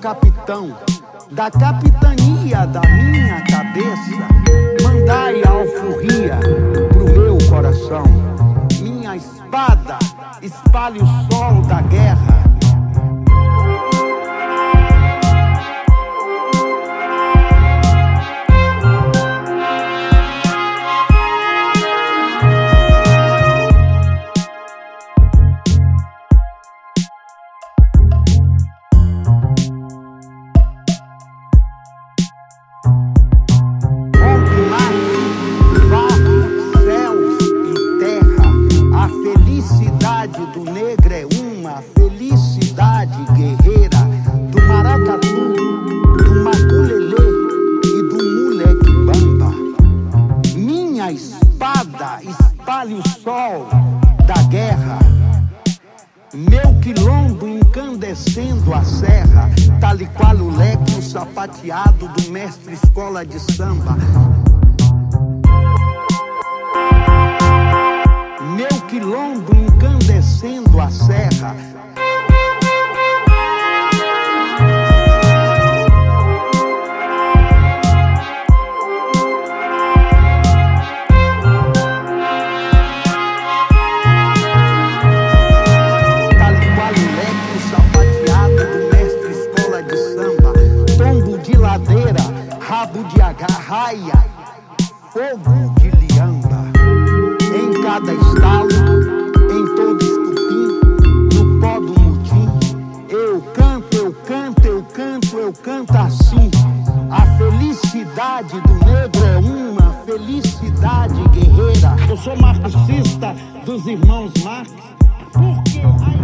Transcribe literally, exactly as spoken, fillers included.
capitão da capitania da minha cabeça, mandai a alforria pro meu coração. Minha espada espalhe o sol da guerra. Do negro é uma felicidade guerreira, do maracatu, do maculelê e do moleque bamba. Minha espada espalha o sol da guerra, meu quilombo incandescendo a serra, tal e qual o leque, o sapateado do mestre escola de samba. Meu quilombo incandescendo a serra. Tal qual o leque, o sapateado do mestre escola de samba. Tombo de ladeira, rabo de agarraia, fogo de liamba. Em cada estalo, em todo estupim, no pó do mutim, eu canto, eu canto, eu canto, eu canto assim. A felicidade do negro é uma felicidade guerreira. Eu sou marxista dos irmãos Marx, porque